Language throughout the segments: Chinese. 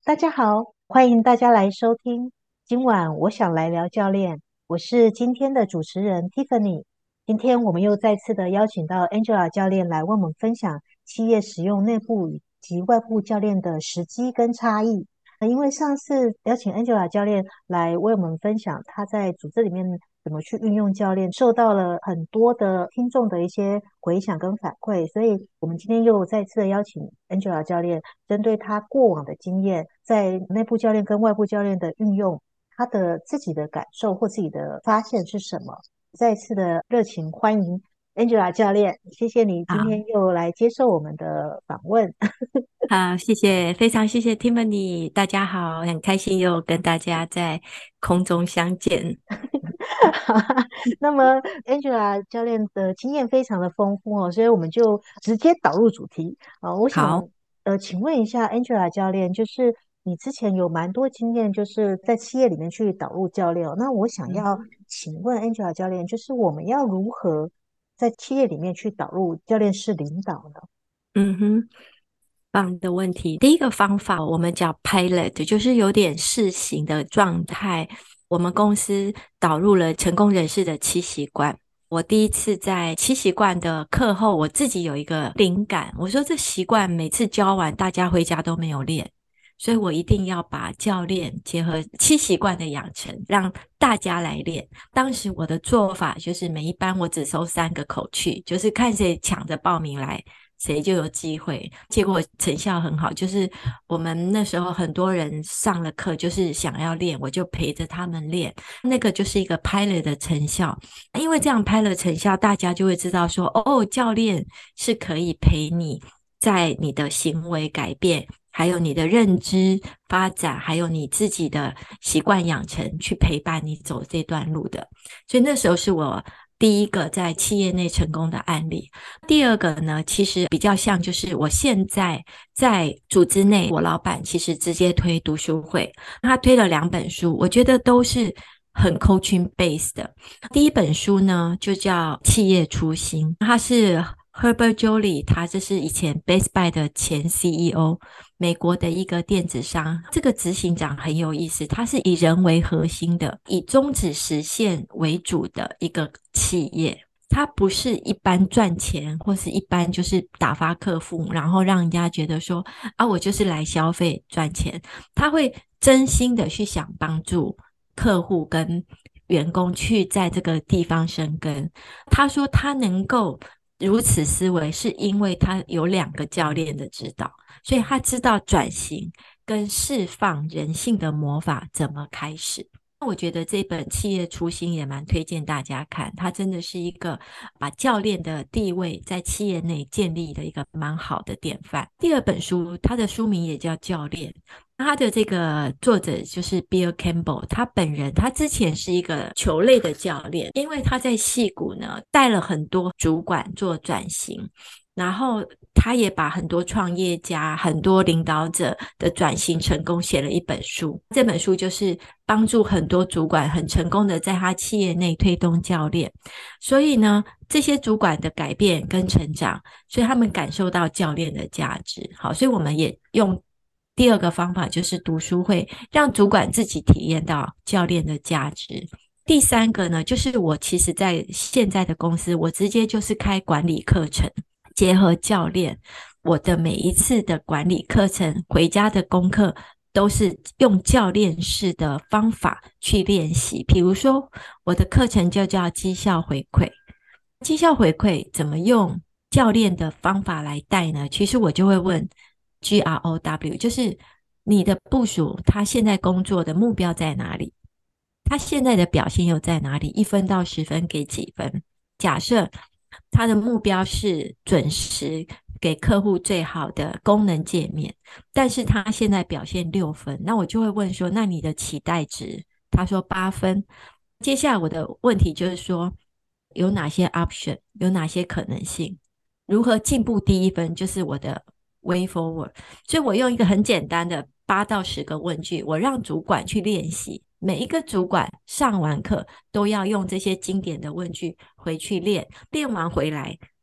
大家好，欢迎大家来收听。今晚我想来聊教练，我是今天的主持人 Tiffany。今天我们又再次的邀请到 Angela 教练来为我们分享企业使用内部以及外部教练的时机跟差异。因为上次邀请 Angela 教练来为我们分享她在组织里面怎么去运用教练，受到了很多的听众的一些回响跟反馈，所以我们今天又再次的邀请 Angela 教练，针对她过往的经验，在内部教练跟外部教练的运用，她的自己的感受或自己的发现是什么？再次的热情欢迎 Angela 教练，谢谢你今好， 天又来接受我们的访问。 好，谢谢，非常谢谢 Tiffany，大家好，很开心又跟大家在空中相见。 那么 Angela 教练的经验非常的丰富哦，所以我们就直接导入主题我好， 想请问一下 Angela 教练，就是你之前有蛮多经验，就是在企业里面去导入教练哦。那我想要请问 Angela 教练，就是我们要如何在企业里面去导入教练式领导呢？ 嗯哼，棒的问题。第一个方法我们叫 pilot，就是有点试行的状态。我们公司导入了成功人士的七习惯。我第一次在七习惯的课后，我自己有一个灵感，我说这习惯每次教完，大家回家都没有练。所以我一定要把教练结合七习惯的养成，让大家来练。当时我的做法就是每一班我只收3个口去，就是看谁抢着报名来，谁就有机会。结果成效很好，就是我们那时候很多人上了课，就是想要练，我就陪着他们练。那个就是一个 pilot 的成效，因为这样 pilot 成效，大家就会知道说，哦，教练是可以陪你在你的行为改变。还有你的认知发展，还有你自己的习惯养成，去陪伴你走这段路的。所以那时候是我第一个在企业内成功的案例。第二个呢，其实比较像就是我现在在组织内，我老板其实直接推读书会，他推了2本书，我觉得都是很 coaching base 的。第一本书呢，就叫《企业初心》，它是Herbert Joly，他这是以前 Best Buy 的前 CEO，美国的一个电子商。这个执行长很有意思，他是以人为核心的，以宗旨实现为主的一个企业。它不是一般赚钱，或是一般就是打发客户，然后让人家觉得说啊，我就是来消费赚钱。他会真心的去想帮助客户跟员工去在这个地方生根。他说他能够如此思维，是因为他有2个教练的指导，所以他知道转型跟释放人性的魔法怎么开始。我觉得这本《企业初心》也蛮推荐大家看，它真的是一个把教练的地位在企业内建立的一个蛮好的典范。第二本书，它的书名也叫《教练》，他的这个作者就是 Bill Campbell，他本人他之前是一个球类的教练，因为他在矽谷呢带了很多主管做转型，然后他也把很多创业家、很多领导者的转型成功写了一本书。这本书就是帮助很多主管很成功的在他企业内推动教练。所以呢，这些主管的改变跟成长，所以他们感受到教练的价值。好，所以我们也用第二个方法，就是读书会，让主管自己体验到教练的价值。第三个呢，就是我其实在现在的公司，我直接就是开管理课程，结合教练，我的每一次的管理课程，回家的功课都是用教练式的方法去练习。比如说，我的课程就叫绩效回馈。绩效回馈怎么用教练的方法来带呢？其实我就会问 GROW，就是你的部属他现在工作的目标在哪里？他现在的表现又在哪里？1分到10分给几分？假设他的目标是准时给客户最好的功能界面，但是他现在表现6分，那我就会问说，那你的期待值？他说8分。接下来我的问题就是说，有哪些 option，有哪些可能性？如何进步第1分，就是我的 way forward。所以我用一个很简单的8到10个问句，我让主管去练习。每一个主管上完课都要用这些经典的问句回去练，练完回来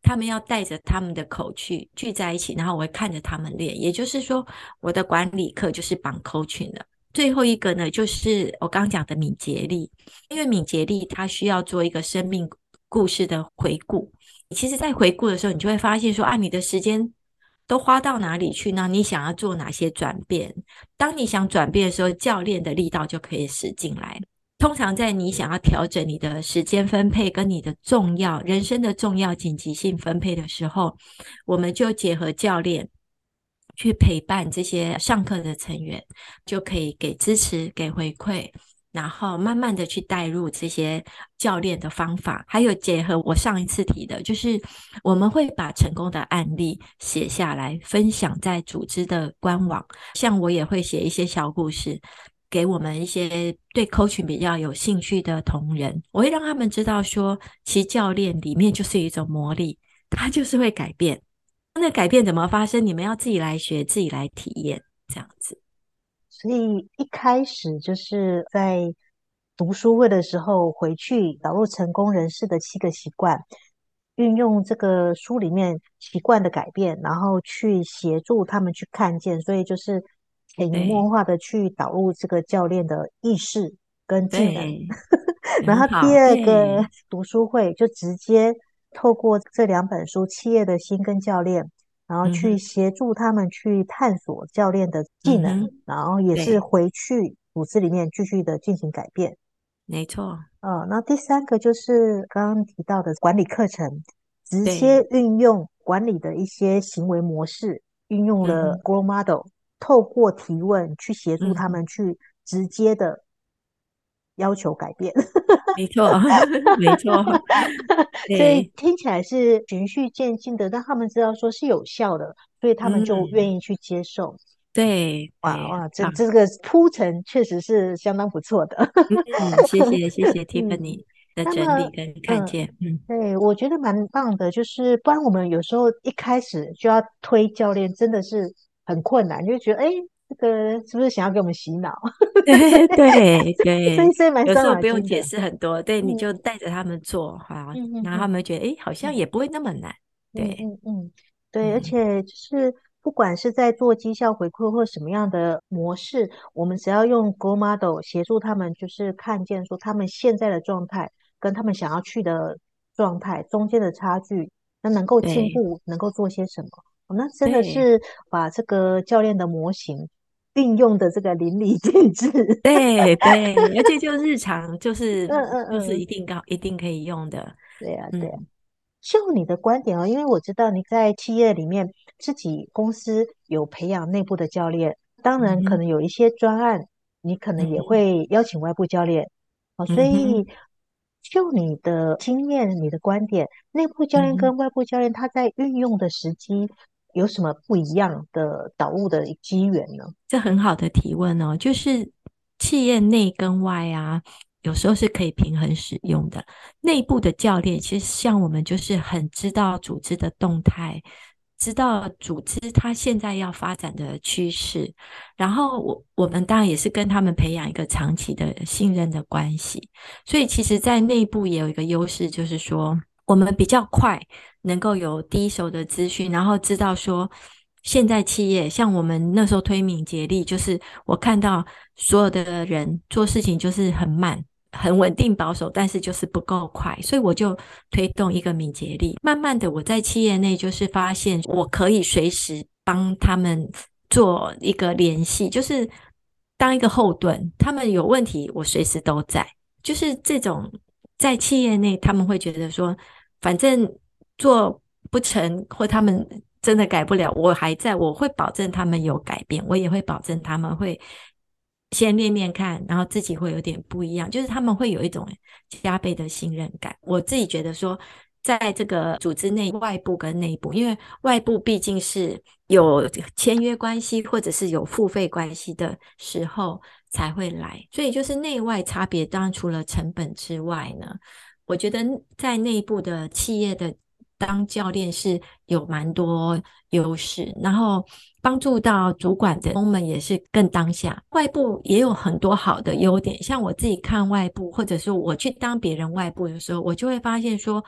他们要带着他们的口去聚在一起，然后我会看着他们练。也就是说，我的管理课就是绑 coaching 了。最后一个呢，就是我刚刚讲的敏捷力，因为敏捷力它需要做一个生命故事的回顾。其实在回顾的时候，你就会发现说你的时间都花到哪里去呢？你想要做哪些转变？当你想转变的时候，教练的力道就可以使进来。通常在你想要调整你的时间分配跟你的人生的重要紧急性分配的时候，我们就结合教练去陪伴这些上课的成员，就可以给支持给回馈，然后慢慢的去带入这些教练的方法，还有结合我上一次提的，就是我们会把成功的案例写下来分享在组织的官网，像我也会写一些小故事给我们一些对 coaching 比较有兴趣的同仁，我会让他们知道说，其实教练里面就是一种魔力，它就是会改变。那改变怎么发生？你们要自己来学，自己来体验，这样子。 所以一开始就是在读书会的时候回去导入成功人士的7个习惯，运用这个书里面习惯的改变，然后去协助他们去看见，所以就是潜移默对化的去导入这个教练的意识跟技能。 对， 然后第很好， 二个对， 读书会就直接透过这2本书《企业的心》跟教练，然后去嗯哼， 协助他们去探索教练的技能， 嗯哼， 然后也是对， 回去组织里面继续的进行改变。 没错， 那第三个就是刚刚提到的管理课程，直接对， 运用管理的一些行为模式，运用了嗯哼， Grow Model，透过提问去协助他嗯哼， 们去直接的要求改变。 没错，没错， 所以对， 听起来是循序渐进的，让他们知道说是有效的，所以他们就嗯， 愿意去接受。 对对，很哇哇，这棒， 这个铺陈确实是相当不错的。 谢谢谢谢嗯， Tiffany 的那么整理跟看嗯， 见， 对，我觉得蛮棒的，就是不然我们有时候一开始就要推教练，真的是很困难，就觉得哎，这个是不是想要给我们洗脑？ 对对所以对，有时所以蛮伤候不用解脑筋的。 释很多，对，你就嗯带着他们做哈，然后他嗯嗯嗯们觉得诶，好像嗯。 也不会那么难， 嗯对， 嗯嗯，对，而嗯， 且就是不管是在做绩效回馈或什么样的模式，我们只要用 Grow Model 协助他们，就是看见说他们现在的状态跟他们想要去的状态中间的差距，那能够进对步，能够做些什么？那真的对是把这个教练的模型运用的这个淋漓尽致。 对对，而且就日常嗯嗯就是嗯， 一定可以用的， 对呀对呀。 嗯就你的观点哦，因为我知道你在企业里面自己公司有培养内部的教练，当然可嗯哼能有一些专案，你可能也嗯哼会邀请外部教练所以嗯哼就你的经验、你的观点，内部教嗯哼。 练跟外部教练他在运用的时机有什么不一样的导入的机缘呢？ 这很好的提问哦，就是企业内跟外啊，有时候是可以平衡使用的。内部的教练其实像我们，就是很知道组织的动态，知道组织它现在要发展的趋势，然后我们当然也是跟他们培养一个长期的信任的关系。所以其实，在内部也有一个优势，就是说我们比较快能够有第一手的资讯，然后知道说。现在企业像我们那时候推敏捷力，就是我看到所有的人做事情就是很慢、很稳定保守，但是就是不够快，所以我就推动一个敏捷力。慢慢的，我在企业内就是发现，我可以随时帮他们做一个联系，就是当一个后盾，他们有问题，我随时都在。就是这种在企业内，他们会觉得说，反正做不成或他们真的改不了，我还在，我会保证他们有改变，我也会保证他们会先练练看，然后自己会有点不一样，就是他们会有一种加倍的信任感。我自己觉得说，在这个组织内，外部跟内部，因为外部毕竟是有签约关系或者是有付费关系的时候才会来，所以就是内外差别，当然除了成本之外呢。我觉得在内部的企业的当教练是有蛮多优势，然后帮助到主管的工们也是更当下。外部也有很多好的优点，像我自己看外部，或者是我去当别人外部的时候，我就会发现说，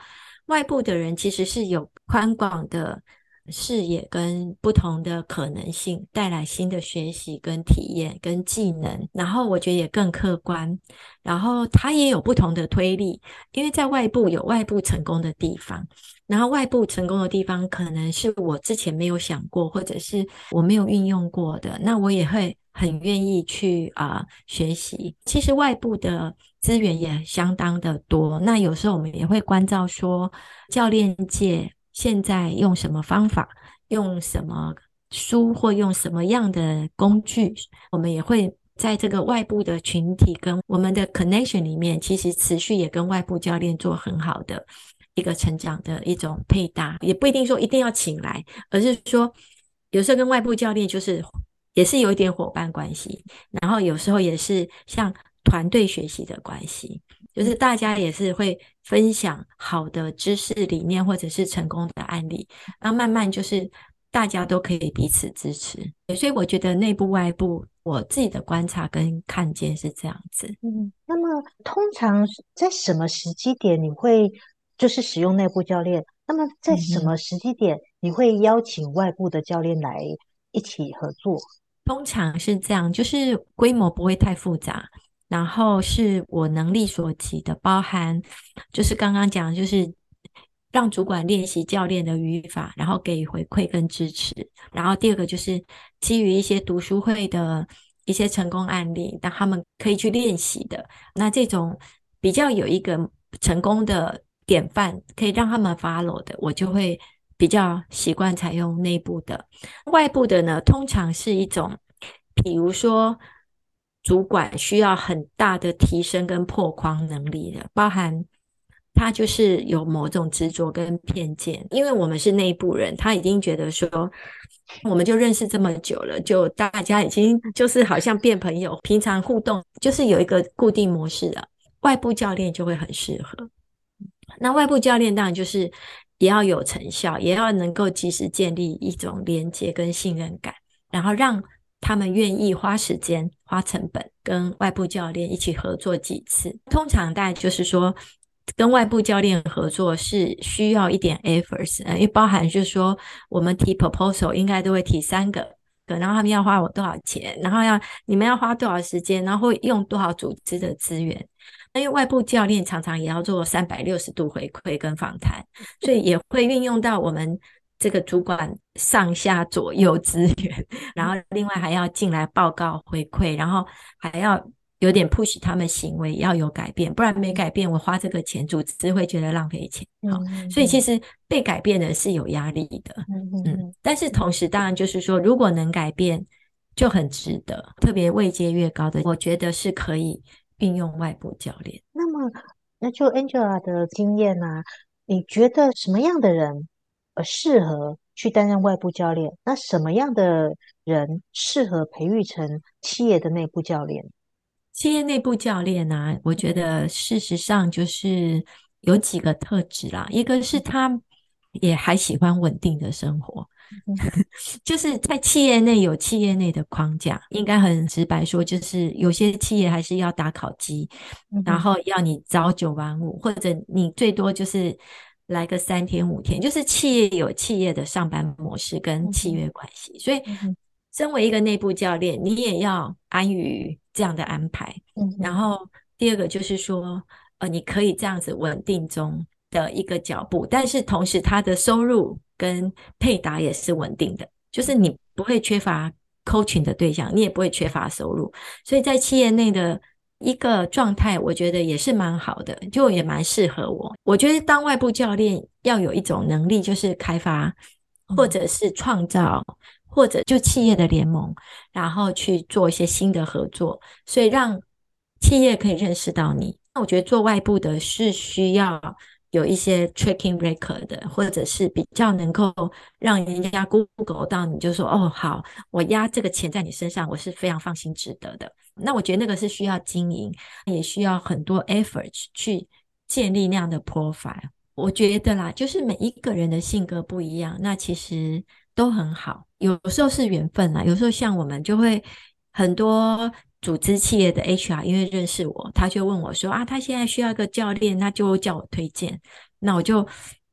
外部的人其实是有宽广的视野跟不同的可能性，带来新的学习跟体验跟技能，然后我觉得也更客观，然后他也有不同的推力，因为在外部有外部成功的地方，然后外部成功的地方可能是我之前没有想过，或者是我没有运用过的，那我也会很愿意去学习。其实外部的资源也相当的多，那有时候我们也会关照说，教练界现在用什么方法，用什么书或用什么样的工具，我们也会在这个外部的群体跟我们的 connection 里面，其实持续也跟外部教练做很好的一个成长的一种配搭，也不一定说一定要请来，而是说有时候跟外部教练就是也是有一点伙伴关系，然后有时候也是像团队学习的关系，就是大家也是会分享好的知识理念或者是成功的案例，然后慢慢就是大家都可以彼此支持。所以我觉得内部外部我自己的观察跟看见是这样子。 那么通常是在什么时机点你会就是使用内部教练？那么在什么嗯哼。 时机点你会邀请外部的教练来一起合作？ 通常是这样，就是规模不会太复杂，然后是我能力所及的，包含就是刚刚讲，就是让主管练习教练的语法，然后给予回馈跟支持。然后第二个就是基于一些读书会的一些成功案例，让他们可以去练习的。那这种比较有一个成功的典范，可以让他们 follow 的，我就会比较习惯采用内部的。外部的呢，通常是一种，比如说主管需要很大的提升跟破框能力的，包含他就是有某种执着跟偏见，因为我们是内部人，他已经觉得说。我们就认识这么久了，就大家已经就是好像变朋友，平常互动就是有一个固定模式了。外部教练就会很适合。那外部教练当然就是也要有成效，也要能够及时建立一种连接跟信任感，然后让他们愿意花时间、花成本跟外部教练一起合作几次。通常大概就是说，跟外部教练合作是需要一点 efforts，因为包含就是说，我们提 proposal 应该都会提3个。然后他们要花我多少钱，然后你们要花多少时间，然后会用多少组织的资源，那因为外部教练常常也要做360度回馈跟访谈，所以也会运用到我们这个主管上下左右资源，然后另外还要进来报告回馈，然后还要有点 push 他们行为要有改变，不然没改变，我花这个钱，组织会觉得浪费钱。好，所以其嗯实被改变的是有压力的， 嗯但是同时当然就是说，如果能改变，就很值得，特别位阶越高的，我觉得是可以运用外部教练。 那么，那就 Angela 的经验呢、你觉得什么样的人适合去担任外部教练？那什么样的人适合培育成企业的内部教练？ 企业内部教练呢、我觉得事实上就是有几个特质啦，一个是他也还喜欢稳定的生活， 嗯就是在企业内有企业内的框架，应该很直白说，就是有些企业还是要打考绩，然哼后要你朝9晚5，或者你最多就是来个3天5天，就是企业有企业的上班模式跟契嗯哼约关系，所以嗯哼身为一个内部教练，你也要安于这样的安排。 嗯哼然后第二个就是说，你可以这样子稳定中的一个脚步，但是同时他的收入跟配搭也是稳定的，就是你不会缺乏 coaching 的对象，你也不会缺乏收入，所以在企业内的一个状态，我觉得也是蛮好的，就也蛮适合我。我觉得当外部教练要有一种能力，就是开发或嗯者是创造。或者就企业的联盟，然后去做一些新的合作，所以让企业可以认识到你。那我觉得做外部的是需要有一些 tracking record 的，或者是比较能够让人家 Google 到你，就说哦好，我压这个钱在你身上，我是非常放心值得的。那我觉得那个是需要经营，也需要很多 effort 去建立那样的 profile。我觉得啦，就是每一个人的性格不一样，那其实都很好。有时候是缘分啦，有时候像我们就会很多组织企业的 HR，因为认识我，他就问我说啊，他现在需要一个教练，那就叫我推荐。那我就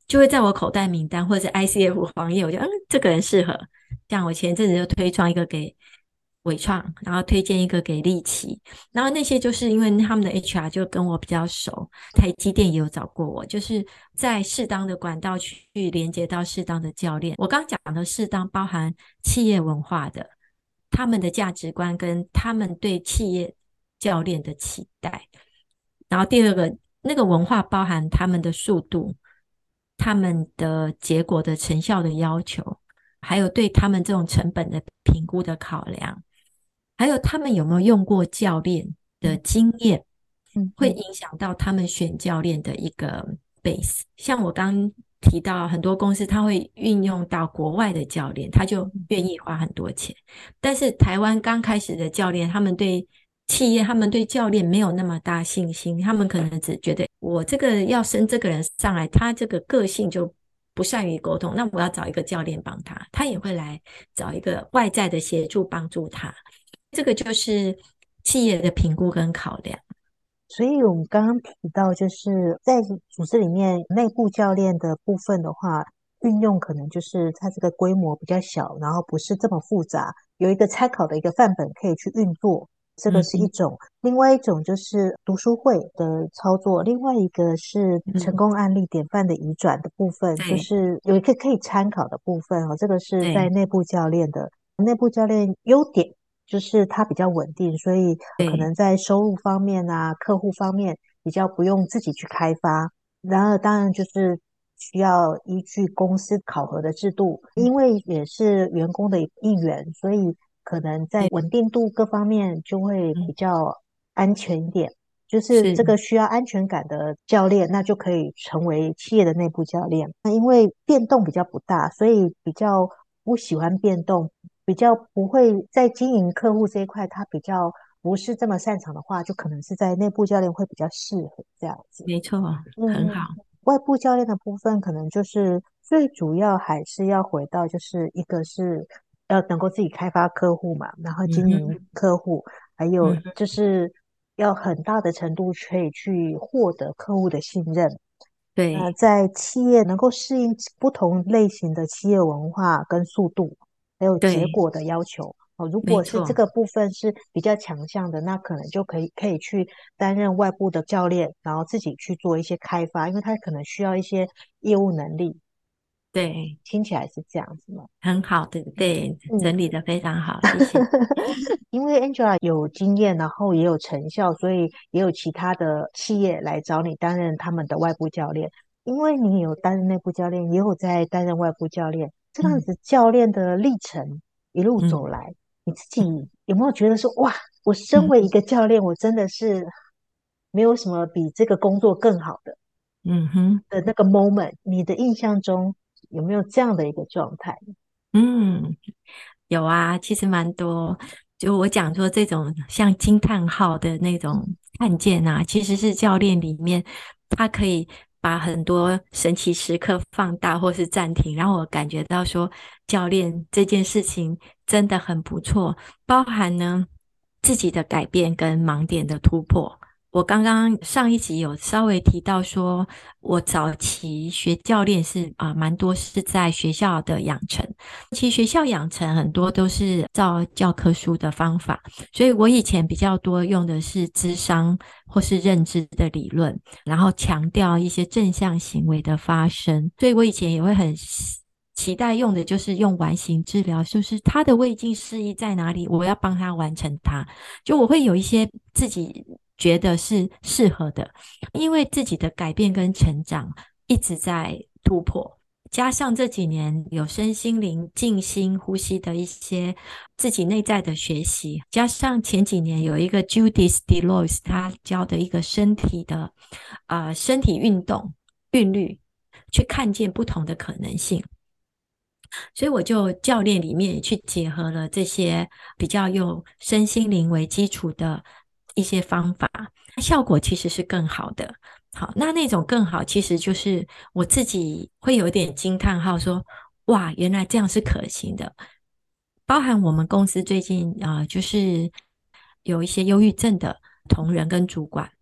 就会在我口袋名单或者是 ICF 黄页，我就这个人适合。像我前阵子就推创一个给伟创，然后推荐一个给立奇，然后那些就是因为他们的 HR 就跟我比较熟，台积电也有找过我，就是在适当的管道去连接到适当的教练。我刚讲的适当包含企业文化的，他们的价值观跟他们对企业教练的期待。然后第二个，那个文化包含他们的速度，他们的结果的成效的要求，还有对他们这种成本的评估的考量，还有他们有没有用过教练的嗯经验，会嗯影响到他们选教练的一个 base。像我刚提到，很多公司他会运用到国外的教练，他就嗯愿意花很多钱。但是台湾刚开始的教练，他们对企业，他们对教练没有那么大信心，他们可能只觉得我这个要升这个人上来，他这个个性就不善于沟通，那我要找一个教练帮他，他也会来找一个外在的协助帮助他。这个就是企业的评估跟考量。 所以我们刚刚提到，就是在组织里面内部教练的部分的话，运用可能就是它这个规模比较小，然后不是这么复杂，有一个参考的一个范本可以去运作，这个嗯哼， 是一种。另外一种就是读书会的操作，另外一个是成嗯， 功案例典范的移转的部分，就对是有一个可以参考的部分哦。这个是在对内部教练的内部教练优点。就是它比较稳定，所以可对， 能在收入方面啊、客户方面比较不用自己去开发。然而，当然就是需要依据公司考核的制度，因为也是员工的一员，所以可能在对， 稳定度各方面就会比嗯， 较安全一点。就是是， 这个需要安全感的教练，那就可以成为企业的内部教练。那因为变动比较不大，所以比较不喜欢变动，比较不会在经营客户这一块，他比较不是这么擅长的话，就可能是在内部教练会比较适合这样子。 没错，很好。 嗯嗯，外部教练的部分可能就是最主要还是要回到，就是一个是要能够自己开发客户嘛，然后经营嗯哼， 客户，还有嗯哼， 就是要很大的程度可以去获得客户的信任。 对在企业能够适应不同类型的企业文化跟速度，还有结对， 果的要求。哦，如果是这没错， 个部分是比较强项的，那可能就可以去担任外部的教练，然后自己去做一些开发，因为他可能需要一些业务能力。 对， 听起来是这样子吗？ 很好的，对， 嗯， 整理的非常好，谢谢。 因为 Angela 有经验，然后也有成效，所以也有其他的企业来找你担任他们的外部教练。因为你有担任内部教练，也有在担任外部教练，这样嗯子教练的历程一路走嗯来，你自己有没有觉得说，哇，我身为一嗯个教练，我真的是没有什么比这个工作更好的嗯哼。 的那个 moment？你的印象中有没有这样的一个状态？ 嗯，有啊，其实蛮多。就我讲说，这种像惊叹号的那种看见啊，其实是教练里面他可以把很多神奇时刻放大或是暂停，让我感觉到说，教练这件事情真的很不错，包含呢自己的改变跟盲点的突破。我刚刚上一集有稍微提到说，我早期学教练是蛮多是在学校的养成。其实学校养成很多都是照教科书的方法，所以我以前比较多用的是智商或是认知的理论，然后强调一些正向行为的发生。所以我以前也会很期待用的就是用完形治疗，就是他的未尽事宜在哪里，我要帮他完成它。就我会有一些自己觉得是适合的，因为自己的改变跟成长一直在突破。加上这几年有身心灵静心呼吸的一些自己内在的学习，加上前几年有一个 Judith Delois 他教的一个身体运动韵律，去看见不同的可能性，所以我就教练里面也去结合了这些比较用身心灵为基础的一些方法，效果其实是更好的。好，那种更好，其实就是我自己会有点惊叹号说，哇，原来这样是可行的。包含我们公司最近就是有一些忧郁症的同仁跟主管，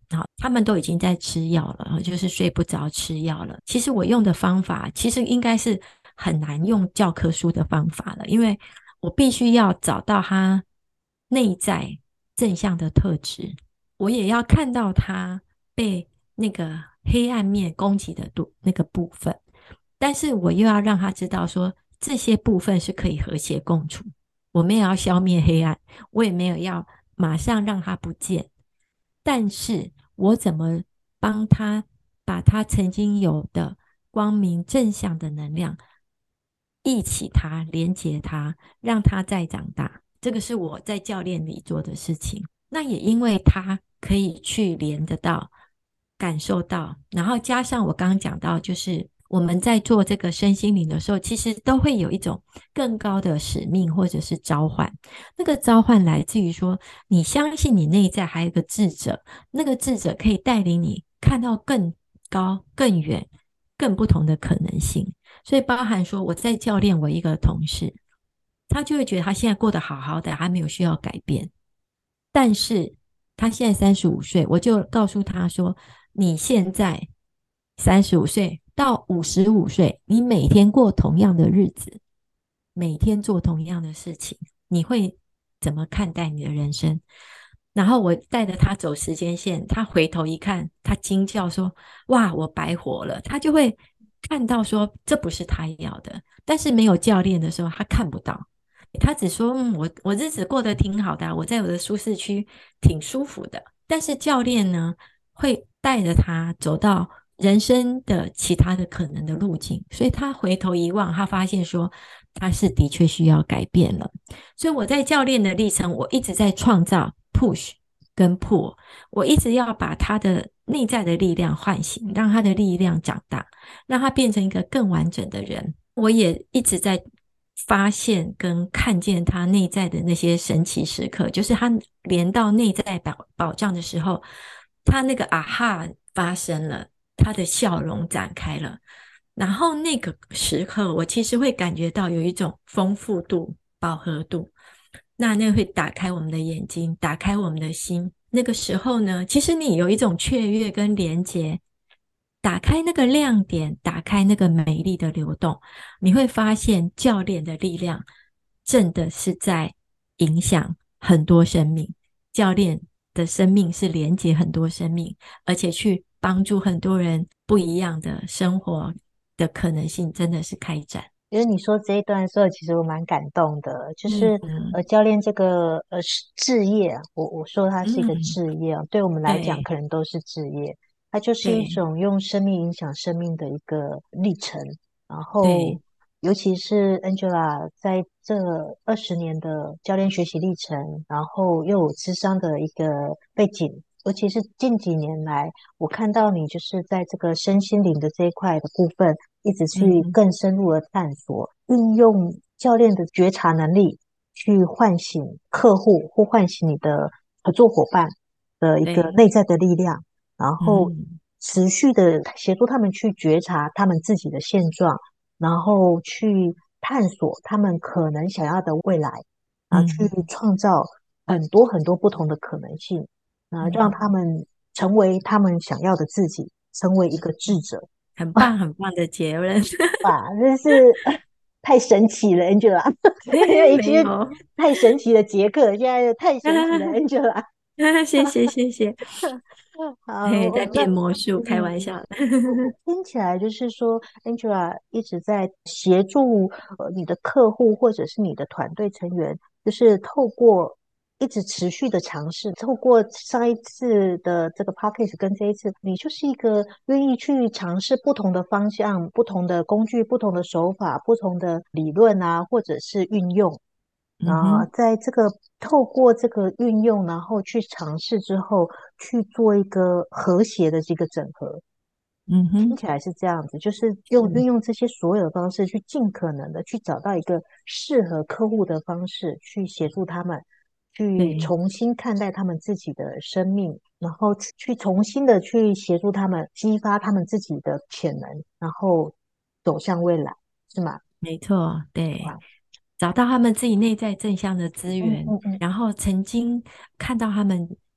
好，他们都已经在吃药了，就是睡不着吃药了。其实我用的方法，其实应该是很难用教科书的方法了，因为我必须要找到他内在正向的特质，我也要看到他被那个黑暗面攻击的那个部分，但是我又要让他知道说这些部分是可以和谐共处，我没有要消灭黑暗，我也没有要马上让它不见，但是我怎么帮他把他曾经有的光明正向的能量一起他连接他，让他再长大，这个是我在教练里做的事情。那也因为他可以去连得到感受到，然后加上我刚刚讲到，就是我们在做这个身心灵的时候，其实都会有一种更高的使命或者是召唤。那个召唤来自于说，你相信你内在还有一个智者，那个智者可以带领你看到更高、更远、更不同的可能性。所以包含说我在教练我一个同事，他就会觉得他现在过得好好的，他没有需要改变。但是他现在35岁，我就告诉他说，你现在35岁到55岁，你每天过同样的日子，每天做同样的事情，你会怎么看待你的人生？然后我带着他走时间线，他回头一看，他惊叫说：“哇，我白活了！”他就会看到说，这不是他要的。但是没有教练的时候，他看不到。他只说：我日子过得挺好的啊，我在我的舒适区挺舒服的。”但是教练呢，会带着他走到人生的其他的可能的路径，所以他回头一望，他发现说他是的确需要改变了。所以我在教练的历程，我一直在创造 push 跟 pull，我一直要把他的内在的力量唤醒，让他的力量长大，让他变成一个更完整的人。我也一直在发现跟看见他内在的那些神奇时刻，就是他连到内在宝藏的时候，他那个啊哈发生了，他的笑容展开了。然后那个时刻，我其实会感觉到有一种丰富度、饱和度，那会打开我们的眼睛，打开我们的心。那个时候呢，其实你有一种雀跃跟连结，打开那个亮点，打开那个美丽的流动，你会发现教练的力量真的是在影响很多生命。教练的生命是连接很多生命，而且去帮助很多人不一样的生活的可能性，真的是开展。 其实你说这一段的时候，其实我蛮感动的。就是嗯教练这个是置业啊，我说它是一个嗯， 置业啊，对我们来讲对可能都是置业。它就是一对种用生命影响生命的一个历程。然后， 对， 尤其是 Angela 在这20年的教练学习历程，然后又有咨商的一个背景，尤其是近几年来，我看到你就是在这个身心灵的这一块的部分。一直去嗯更深入的探索，运用教练的觉察能力去唤醒客户或唤醒你的合作伙伴的一个对， 内在的力量，然后嗯持续的协助他们去觉察他们自己的现状，然后去探索他们可能想要的未来，然后去嗯创造很多很多不同的可能性，让嗯， 他们成为他们想要的自己，成为一个智者。 很棒很棒的结论。 哇，真是太神奇了，Angela！因为没其实有， 太神奇的杰克，现在又太神奇了，Angela。 谢谢谢谢。 好， 嘿，在变魔术，开玩嗯， 笑的。 我听起来就是说，Angela 一直在协助你的客户或者是你的团队成员，就是透过一直持续的尝试，透过上一次的这个 podcast 跟这一次，你就是一个愿意去尝试不同的方向、不同的工具、不同的手法、不同的理论啊，或者是运用。在这个透过这个运用，然后去尝试之后，去做一个和谐的这个整合， 嗯哼， 听起来是这样子，就是运是， 用这些所有的方式，去尽可能的去找到一个适合客户的方式，去协助他们，去对， 重新看待他们自己的生命，然后去重新的去协助他们，激发他们自己的潜能，然后走向未来，是吗？ 没错，对。 哇， 找到他们自己内在正向的资源， 嗯嗯嗯然后曾经看到他们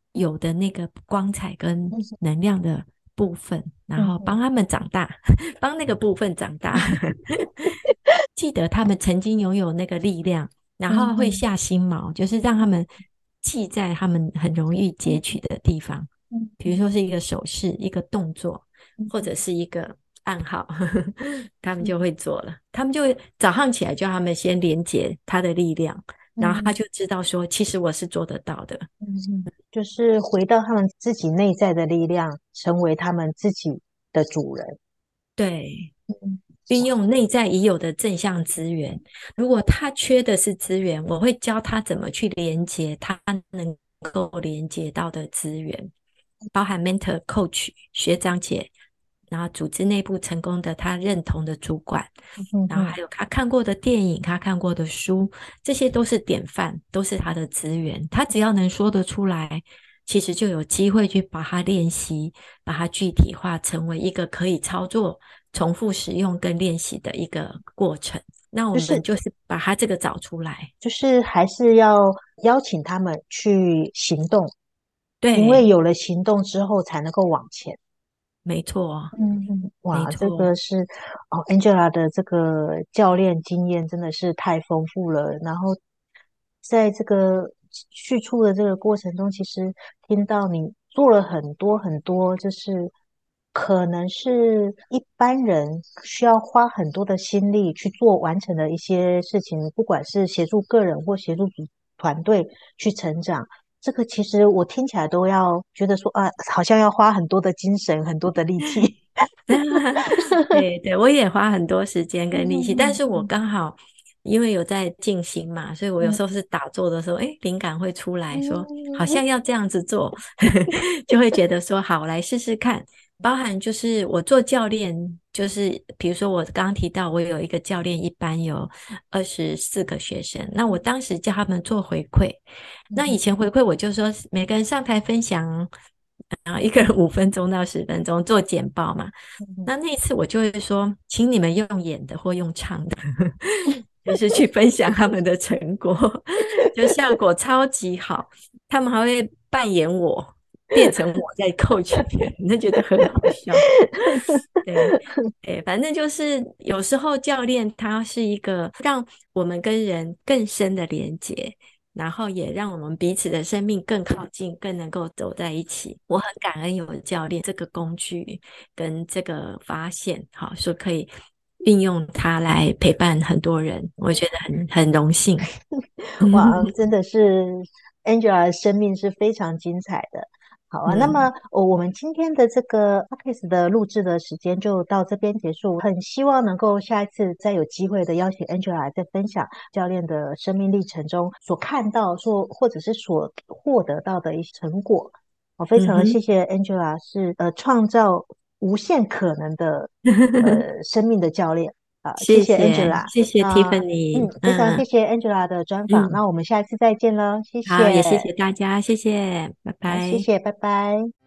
有的那个光彩跟能量的部分，然后帮嗯他们长大，帮那个部分长大。记得他们曾经拥有那个力量，然后会嗯下心锚，就是让他们记在他们很容易截取的地方，比如说是一个手势、一个动作，或者是一个暗号，他们就会做了。他们就会早上起来就他们先连接他的力量，然后他就知道说，其实我是做得到的。 就是回到他们自己内在的力量，成为他们自己的主人。 对， 嗯运用内在已有的正向资源。如果他缺的是资源，我会教他怎么去连接他能够连接到的资源，包含 mentor、coach、学长姐，然后组织内部成功的他认同的主管，然后嗯还有他看过的电影、他看过的书，这些都是典范，都是他的资源。他只要能说得出来，其实就有机会去把它练习，把它具体化，成为一个可以操作、重复使用跟练习的一个过程。那我就是们就是把它这个找出来。 就是还是要邀请他们去行动，因为对， 有了行动之后才能够往前。 没错， 哇，这没错。 个是哦，Angela 的这个教练经验真的是太丰富了。然后在这个叙述的这个过程中，其实听到你做了很多很多，就是可能是一般人需要花很多的心力去做完成的一些事情，不管是协助个人或协助团队去成长。这个其实我听起来都要觉得说啊，好像要花很多的精神、很多的力气。 对对，我也花很多时间嗯跟力气，但是我嗯刚好因为有在静心嘛，所以我有嗯时候是打坐的时候，诶，灵感会出来说，好嗯像要这样子做，就会觉得说，好，我来试试看。包含就是我做教练，就是比如说我刚刚提到，我有一个教练，一班有24个学生，那我当时叫他们做回馈，那以前回馈我就说每个人上台分享，然后一个人5分钟到10分钟做简报嘛。 嗯那一次我就会说，请你们用演的或用唱的，就是去分享他们的成果，就效果超级好。他们还会扮演我，变成我在 coach 别人，那觉得很好笑。对，对，反正就是有时候教练他是一个让我们跟人更深的连接，然后也让我们彼此的生命更靠近，更能够走在一起。我很感恩有教练这个工具跟这个发现，好，说可以运用它来陪伴很多人，我觉得很荣幸。 哇，真的是 Angela 的生命是非常精彩的。好啊，那么嗯我们今天的这个 podcast 的录制的时间就到这边结束。很希望能够下一次再有机会的邀请 Angela 再分享教练的生命历程中所看到、或者是所获得到的一些成果。我非常的谢嗯哼， 谢 Angela 是创造无限可能的生命的教练啊，谢谢谢谢 Angela。 谢谢那 Tiffany， 非常谢嗯谢 Angela 的专访， 嗯， 那我们下一次再见喽，谢好，也谢谢谢， 大家，谢谢，拜好，谢拜。 谢，拜拜。